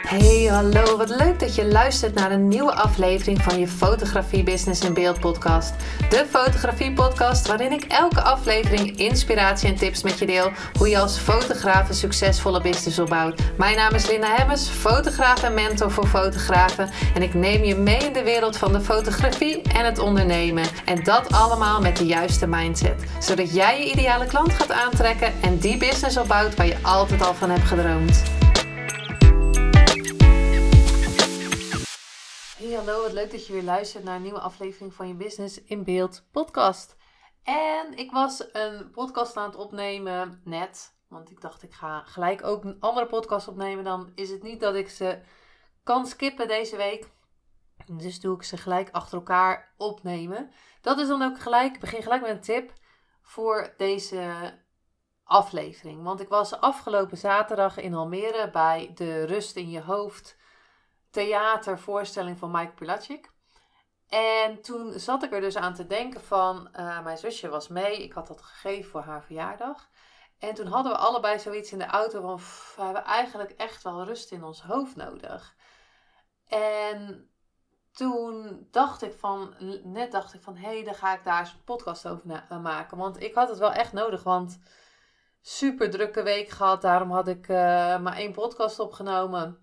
Hey, hallo. Wat leuk dat je luistert naar een nieuwe aflevering van je Fotografie Business in Beeld podcast. De fotografie podcast waarin ik elke aflevering inspiratie en tips met je deel hoe je als fotograaf een succesvolle business opbouwt. Mijn naam is Linda Hemmers, fotograaf en mentor voor fotografen. En ik neem je mee in de wereld van de fotografie en het ondernemen. En dat allemaal met de juiste mindset. Zodat jij je ideale klant gaat aantrekken en die business opbouwt waar je altijd al van hebt gedroomd. Hey, hallo, wat leuk dat je weer luistert naar een nieuwe aflevering van je Business in Beeld podcast. En ik was een podcast aan het opnemen net, want ik dacht ik ga gelijk ook een andere podcast opnemen. Dan is het niet dat ik ze kan skippen deze week. Dus doe ik ze gelijk achter elkaar opnemen. Dat is dan ook gelijk, ik begin gelijk met een tip voor deze aflevering. Want ik was afgelopen zaterdag in Almere bij de Rust in je Hoofd theatervoorstelling van Mike Pilatschik. En toen zat ik er dus aan te denken van, mijn zusje was mee. Ik had dat gegeven voor haar verjaardag. En toen hadden we allebei zoiets in de auto van, we hebben eigenlijk echt wel rust in ons hoofd nodig. En toen dacht ik van, hé, dan ga ik daar eens een podcast over maken. Want ik had het wel echt nodig, want super drukke week gehad. Daarom had ik maar 1 podcast opgenomen.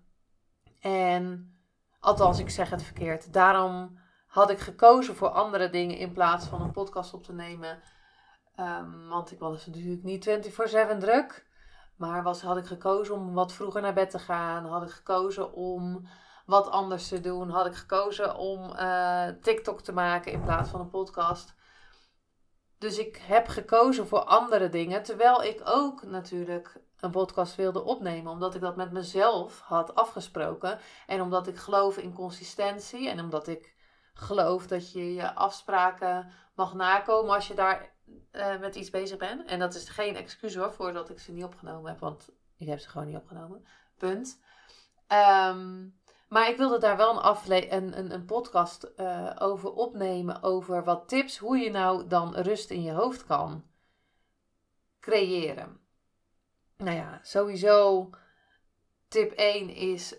En, althans ik zeg het verkeerd, daarom had ik gekozen voor andere dingen in plaats van een podcast op te nemen. Want ik was natuurlijk niet 24/7 druk. Maar had ik gekozen om wat vroeger naar bed te gaan. Had ik gekozen om wat anders te doen. Had ik gekozen om TikTok te maken in plaats van een podcast. Dus ik heb gekozen voor andere dingen. Terwijl ik ook natuurlijk een podcast wilde opnemen. Omdat ik dat met mezelf had afgesproken. En omdat ik geloof in consistentie. En omdat ik geloof dat je je afspraken mag nakomen als je daar met iets bezig bent. En dat is geen excuus hoor, voordat ik ze niet opgenomen heb. Want ik heb ze gewoon niet opgenomen. Punt. Maar ik wilde daar wel een podcast over opnemen. Over wat tips. Hoe je nou dan rust in je hoofd kan creëren. Nou ja, sowieso tip 1 is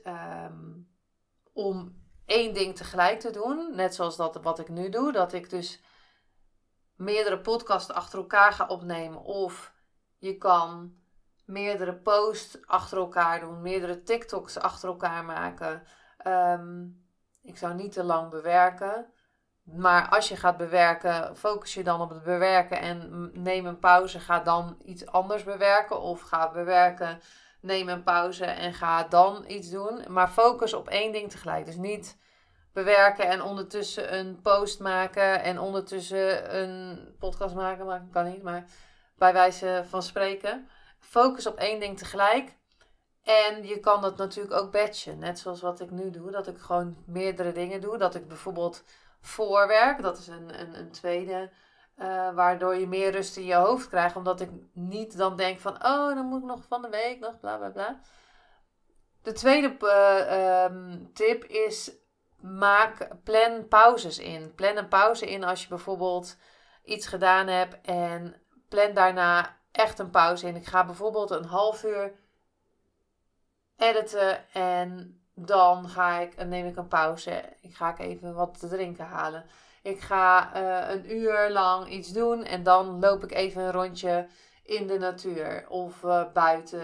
om 1 ding tegelijk te doen. Net zoals wat ik nu doe. Dat ik dus meerdere podcasts achter elkaar ga opnemen. Of je kan meerdere posts achter elkaar doen. Meerdere TikToks achter elkaar maken. Ik zou niet te lang bewerken. Maar als je gaat bewerken, focus je dan op het bewerken en neem een pauze. Ga dan iets anders bewerken. Of ga bewerken, neem een pauze en ga dan iets doen. Maar focus op 1 ding tegelijk. Dus niet bewerken en ondertussen een post maken. En ondertussen een podcast maken kan niet, maar bij wijze van spreken. Focus op 1 ding tegelijk. En je kan dat natuurlijk ook batchen. Net zoals wat ik nu doe. Dat ik gewoon meerdere dingen doe. Dat ik bijvoorbeeld voorwerk. Dat is een tweede. Waardoor je meer rust in je hoofd krijgt. Omdat ik niet dan denk van, oh, dan moet ik nog van de week nog bla bla bla. De tweede tip is, plan pauzes in. Plan een pauze in als je bijvoorbeeld iets gedaan hebt. En plan daarna echt een pauze in. Ik ga bijvoorbeeld een half uur editen en dan neem ik een pauze. Ik ga even wat te drinken halen. Ik ga een uur lang iets doen en dan loop ik even een rondje in de natuur. Of buiten,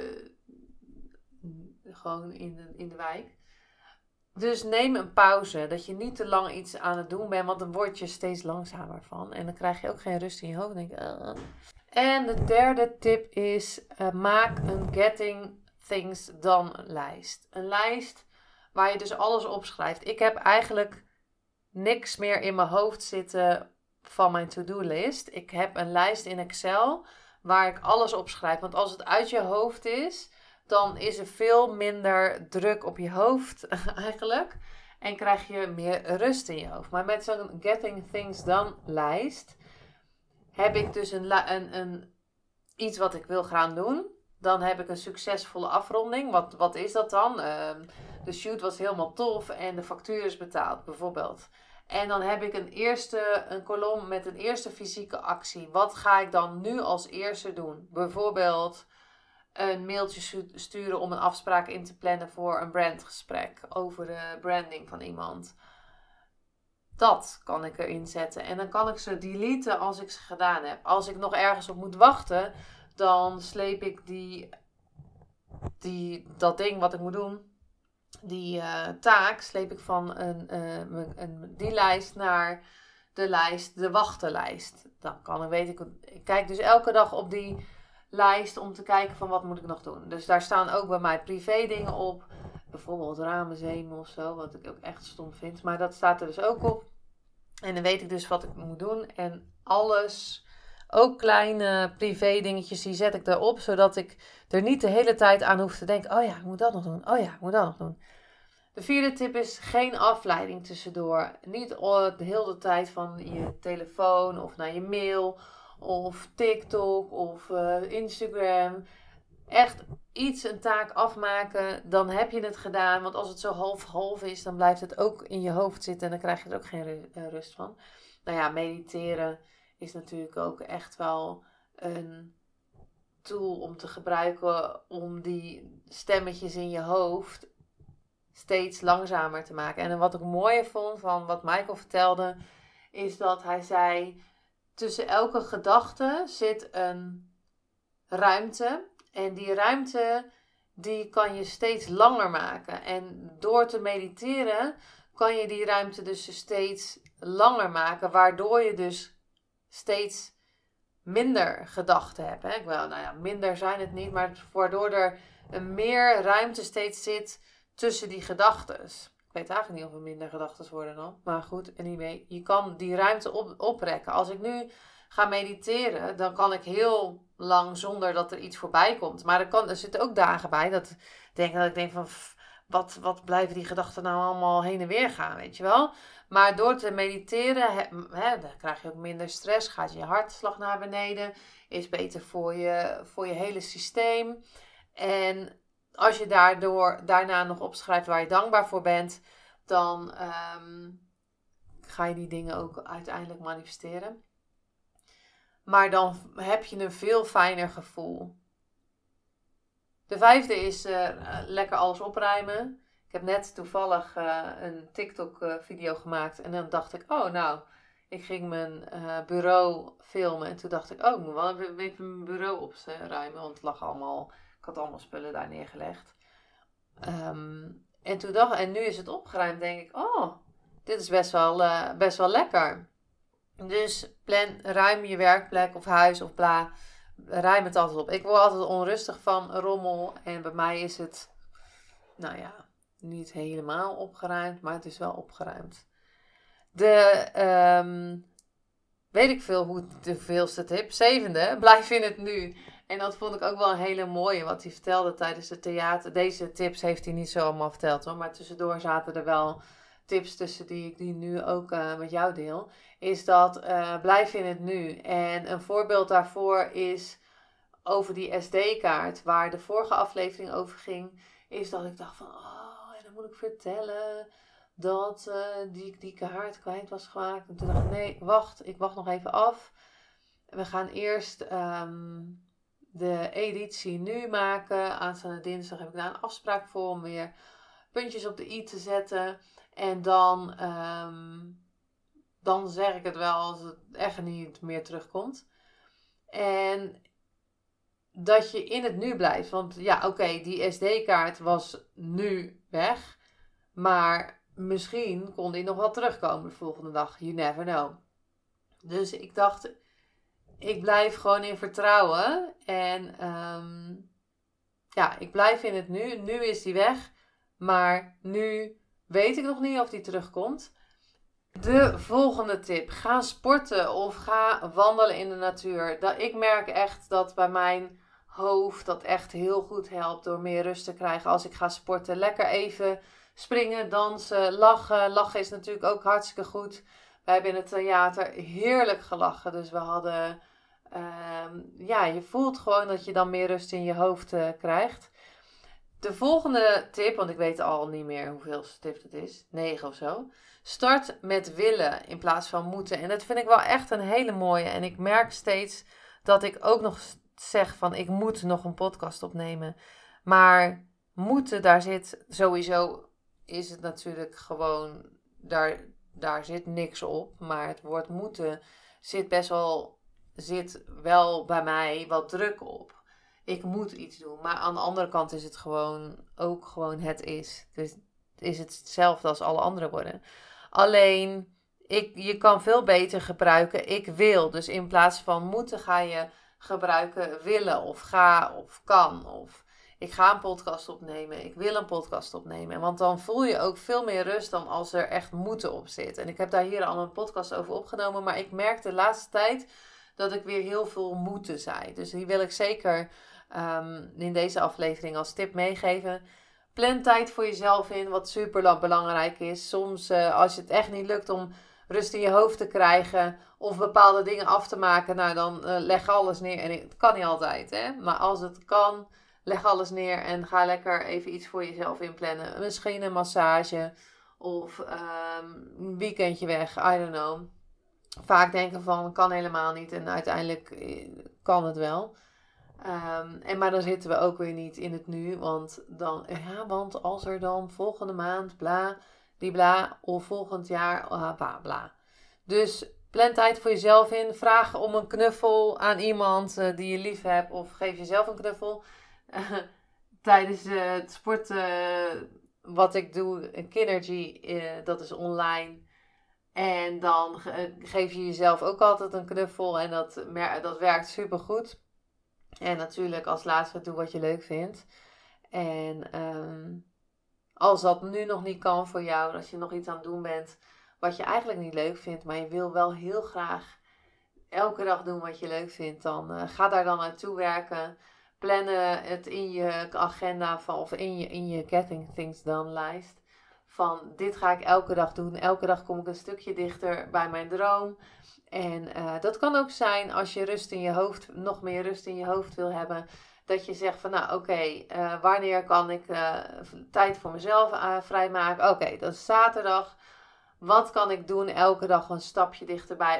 gewoon in de wijk. Dus neem een pauze. Dat je niet te lang iets aan het doen bent, want dan word je steeds langzamer van. En dan krijg je ook geen rust in je hoofd. Denk ik, En de derde tip is, maak een Getting Things Done lijst. Een lijst waar je dus alles opschrijft. Ik heb eigenlijk niks meer in mijn hoofd zitten van mijn to-do-list. Ik heb een lijst in Excel waar ik alles opschrijf. Want als het uit je hoofd is, dan is er veel minder druk op je hoofd eigenlijk. En krijg je meer rust in je hoofd. Maar met zo'n Getting Things Done lijst heb ik dus iets wat ik wil gaan doen. Dan heb ik een succesvolle afronding. Wat is dat dan? De shoot was helemaal tof en de factuur is betaald, bijvoorbeeld. En dan heb ik een kolom met een eerste fysieke actie. Wat ga ik dan nu als eerste doen? Bijvoorbeeld een mailtje sturen om een afspraak in te plannen voor een brandgesprek over de branding van iemand. Dat kan ik erin zetten. En dan kan ik ze deleten als ik ze gedaan heb. Als ik nog ergens op moet wachten, dan sleep ik dat ding wat ik moet doen, die taak, sleep ik van die lijst naar de wachtenlijst. Dan ik kijk dus elke dag op die lijst om te kijken van wat moet ik nog doen. Dus daar staan ook bij mij privé dingen op. Bijvoorbeeld ramenzemen of zo, wat ik ook echt stom vind. Maar dat staat er dus ook op. En dan weet ik dus wat ik moet doen. En alles, ook kleine privé dingetjes, die zet ik erop. Zodat ik er niet de hele tijd aan hoef te denken. Oh ja, ik moet dat nog doen. Oh ja, ik moet dat nog doen. De vierde tip is geen afleiding tussendoor. Niet de hele tijd van je telefoon of naar je mail of TikTok of Instagram. Echt een taak afmaken, dan heb je het gedaan. Want als het zo half-half is, dan blijft het ook in je hoofd zitten en dan krijg je er ook geen rust van. Nou ja, mediteren is natuurlijk ook echt wel een tool om te gebruiken om die stemmetjes in je hoofd steeds langzamer te maken. En wat ik mooier vond van wat Michael vertelde, is dat hij zei, tussen elke gedachte zit een ruimte. En die ruimte, die kan je steeds langer maken. En door te mediteren, kan je die ruimte dus steeds langer maken. Waardoor je dus steeds minder gedachten hebt. Hè? Nou ja, minder zijn het niet, maar waardoor er meer ruimte steeds zit tussen die gedachten. Ik weet eigenlijk niet of er minder gedachten worden dan. Maar goed, anyway, je kan die ruimte oprekken. Als ik nu ga mediteren, dan kan ik heel lang zonder dat er iets voorbij komt. Maar er zitten ook dagen bij dat ik denk van, wat blijven die gedachten nou allemaal heen en weer gaan, weet je wel. Maar door te mediteren, dan krijg je ook minder stress, gaat je hartslag naar beneden, is beter voor je hele systeem. En als je daarna nog opschrijft waar je dankbaar voor bent, dan ga je die dingen ook uiteindelijk manifesteren. Maar dan heb je een veel fijner gevoel. De vijfde is lekker alles opruimen. Ik heb net toevallig een TikTok video gemaakt. En dan dacht ik, ik ging mijn bureau filmen. En toen dacht ik, ik moet wel even mijn bureau opruimen. Want ik had allemaal spullen daar neergelegd. En nu is het opgeruimd. Denk ik, dit is best wel lekker. Dus ruim je werkplek of huis of bla. Ruim het altijd op. Ik word altijd onrustig van rommel. En bij mij is het, niet helemaal opgeruimd. Maar het is wel opgeruimd. Weet ik veel hoe de veelste tip. 7e, blijf in het nu. En dat vond ik ook wel een hele mooie. Wat hij vertelde tijdens het theater. Deze tips heeft hij niet zo allemaal verteld hoor. Maar tussendoor zaten er wel tips tussen die ik nu ook met jou deel. Is dat blijf in het nu. En een voorbeeld daarvoor is over die SD-kaart. Waar de vorige aflevering over ging. Is dat ik dacht van, en dan moet ik vertellen dat die kaart kwijt was geraakt. En toen dacht ik, nee, ik wacht nog even af. We gaan eerst de editie nu maken. Aanstaande dinsdag heb ik daar een afspraak voor om weer puntjes op de i te zetten. En dan zeg ik het wel als het echt niet meer terugkomt. En dat je in het nu blijft. Want die SD-kaart was nu weg. Maar misschien kon die nog wel terugkomen de volgende dag. You never know. Dus ik dacht, ik blijf gewoon in vertrouwen. En ik blijf in het nu. Nu is die weg. Maar nu weet ik nog niet of die terugkomt. De volgende tip. Ga sporten of ga wandelen in de natuur. Ik merk echt dat bij mijn hoofd dat echt heel goed helpt door meer rust te krijgen als ik ga sporten. Lekker even springen, dansen, lachen. Lachen is natuurlijk ook hartstikke goed. Wij hebben in het theater heerlijk gelachen. Dus we hadden... je voelt gewoon dat je dan meer rust in je hoofd krijgt. De volgende tip, want ik weet al niet meer hoeveel tip het is. 9 of zo. Start met willen in plaats van moeten. En dat vind ik wel echt een hele mooie. En ik merk steeds dat ik ook nog zeg van ik moet nog een podcast opnemen. Maar moeten, daar zit sowieso, is het natuurlijk gewoon, daar zit niks op. Maar het woord moeten zit wel bij mij wat druk op. Ik moet iets doen. Maar aan de andere kant is het ook gewoon het is. Dus is het hetzelfde als alle andere woorden. Alleen, je kan veel beter gebruiken ik wil. Dus in plaats van moeten ga je gebruiken willen of ga of kan. Of ik ga een podcast opnemen. Ik wil een podcast opnemen. Want dan voel je ook veel meer rust dan als er echt moeten op zit. En ik heb daar hier al een podcast over opgenomen. Maar ik merk de laatste tijd dat ik weer heel veel moeten zei. Dus die wil ik zeker in deze aflevering als tip meegeven. Plan tijd voor jezelf in, wat super belangrijk is. Soms als je het echt niet lukt om rust in je hoofd te krijgen of bepaalde dingen af te maken, nou dan leg alles neer. En het kan niet altijd, hè. Maar als het kan, leg alles neer en ga lekker even iets voor jezelf inplannen. Misschien een massage of een weekendje weg, I don't know. Vaak denken van, kan helemaal niet en uiteindelijk kan het wel. Maar dan zitten we ook weer niet in het nu, want als er dan volgende maand bla, of volgend jaar bla. Dus plan tijd voor jezelf in, vraag om een knuffel aan iemand die je lief hebt of geef jezelf een knuffel. Tijdens het sporten wat ik doe, Kinergy, dat is online. En dan geef je jezelf ook altijd een knuffel en dat werkt super goed. En natuurlijk als laatste doe wat je leuk vindt. En als dat nu nog niet kan voor jou, als je nog iets aan het doen bent wat je eigenlijk niet leuk vindt, maar je wil wel heel graag elke dag doen wat je leuk vindt, dan ga daar dan naartoe werken. Plannen het in je agenda of in je Getting Things Done lijst. Van dit ga ik elke dag doen. Elke dag kom ik een stukje dichter bij mijn droom. En dat kan ook zijn als je nog meer rust in je hoofd wil hebben. Dat je zegt van wanneer kan ik tijd voor mezelf vrijmaken? Oké, dat is zaterdag. Wat kan ik doen elke dag een stapje dichterbij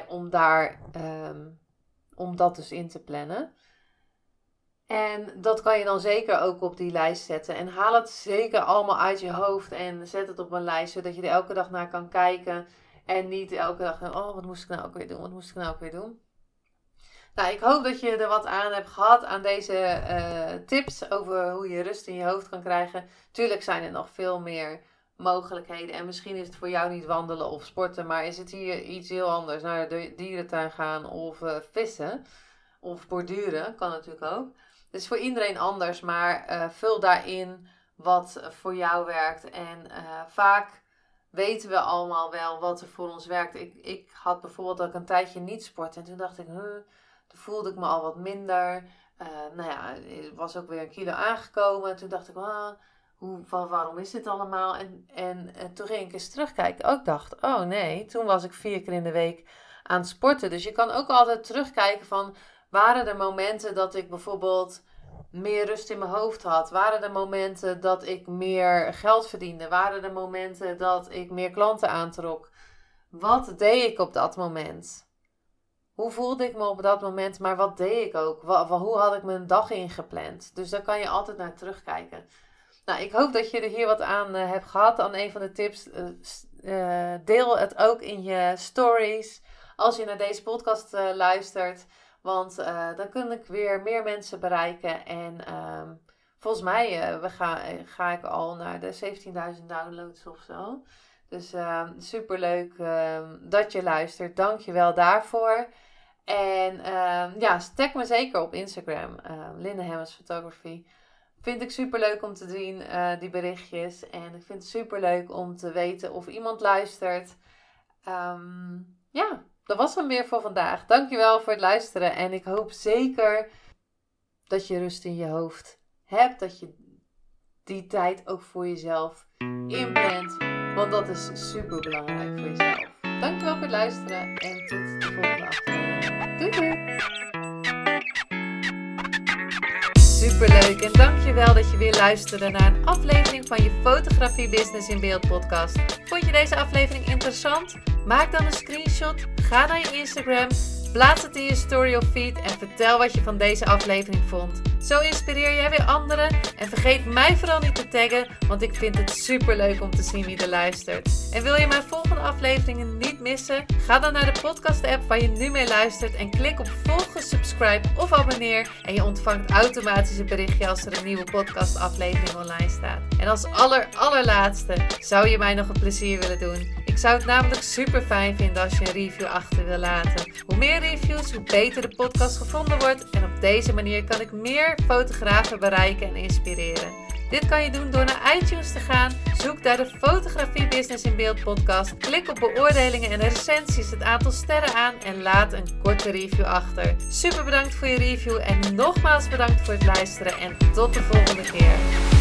om dat dus in te plannen? En dat kan je dan zeker ook op die lijst zetten. En haal het zeker allemaal uit je hoofd en zet het op een lijst, zodat je er elke dag naar kan kijken. En niet elke dag, wat moest ik nou ook weer doen? Nou, ik hoop dat je er wat aan hebt gehad aan deze tips over hoe je rust in je hoofd kan krijgen. Tuurlijk zijn er nog veel meer mogelijkheden. En misschien is het voor jou niet wandelen of sporten, maar is het hier iets heel anders. Naar de dierentuin gaan of vissen of borduren, kan natuurlijk ook. Het is voor iedereen anders, maar vul daarin wat voor jou werkt. En vaak weten we allemaal wel wat er voor ons werkt. Ik had bijvoorbeeld dat ik een tijdje niet sportte. En toen dacht ik, toen voelde ik me al wat minder. Er was ook weer een kilo aangekomen. En toen dacht ik, waarom is dit allemaal? En toen ging ik eens terugkijken. Ik dacht, oh nee, toen was ik 4 keer in de week aan het sporten. Dus je kan ook altijd terugkijken van, waren er momenten dat ik bijvoorbeeld meer rust in mijn hoofd had? Waren er momenten dat ik meer geld verdiende? Waren er momenten dat ik meer klanten aantrok? Wat deed ik op dat moment? Hoe voelde ik me op dat moment? Maar wat deed ik ook? Hoe had ik mijn dag ingepland? Dus daar kan je altijd naar terugkijken. Nou, ik hoop dat je er hier wat aan hebt gehad. Aan een van de tips. Deel het ook in je stories. Als je naar deze podcast luistert. Want dan kun ik weer meer mensen bereiken. En volgens mij ga ik al naar de 17.000 downloads of zo. Dus superleuk dat je luistert. Dank je wel daarvoor. En tag me zeker op Instagram. Linde Hemmens Photography. Vind ik superleuk om te zien, die berichtjes. En ik vind het superleuk om te weten of iemand luistert. Dat was hem weer voor vandaag. Dankjewel voor het luisteren. En ik hoop zeker dat je rust in je hoofd hebt. Dat je die tijd ook voor jezelf inplant. Want dat is super belangrijk voor jezelf. Dankjewel voor het luisteren. En tot de volgende aflevering. Doei doei! Superleuk en dankjewel dat je weer luisterde naar een aflevering van je Fotografie Business in Beeld podcast. Vond je deze aflevering interessant? Maak dan een screenshot, ga naar je Instagram, Plaats het in je story of feed en vertel wat je van deze aflevering vond. Zo inspireer jij weer anderen en vergeet mij vooral niet te taggen, want ik vind het super leuk om te zien wie er luistert. En wil je mijn volgende afleveringen niet missen? Ga dan naar de podcast app waar je nu mee luistert en klik op volgen, subscribe of abonneer en je ontvangt automatisch een berichtje als er een nieuwe podcast aflevering online staat. En als allerlaatste zou je mij nog een plezier willen doen. Ik zou het namelijk super fijn vinden als je een review achter wil laten. Hoe meer reviews, hoe beter de podcast gevonden wordt en op deze manier kan ik meer fotografen bereiken en inspireren. Dit kan je doen door naar iTunes te gaan, zoek daar de Fotografie Business in Beeld podcast, klik op beoordelingen en recensies, het aantal sterren aan en laat een korte review achter. Super bedankt voor je review en nogmaals bedankt voor het luisteren en tot de volgende keer.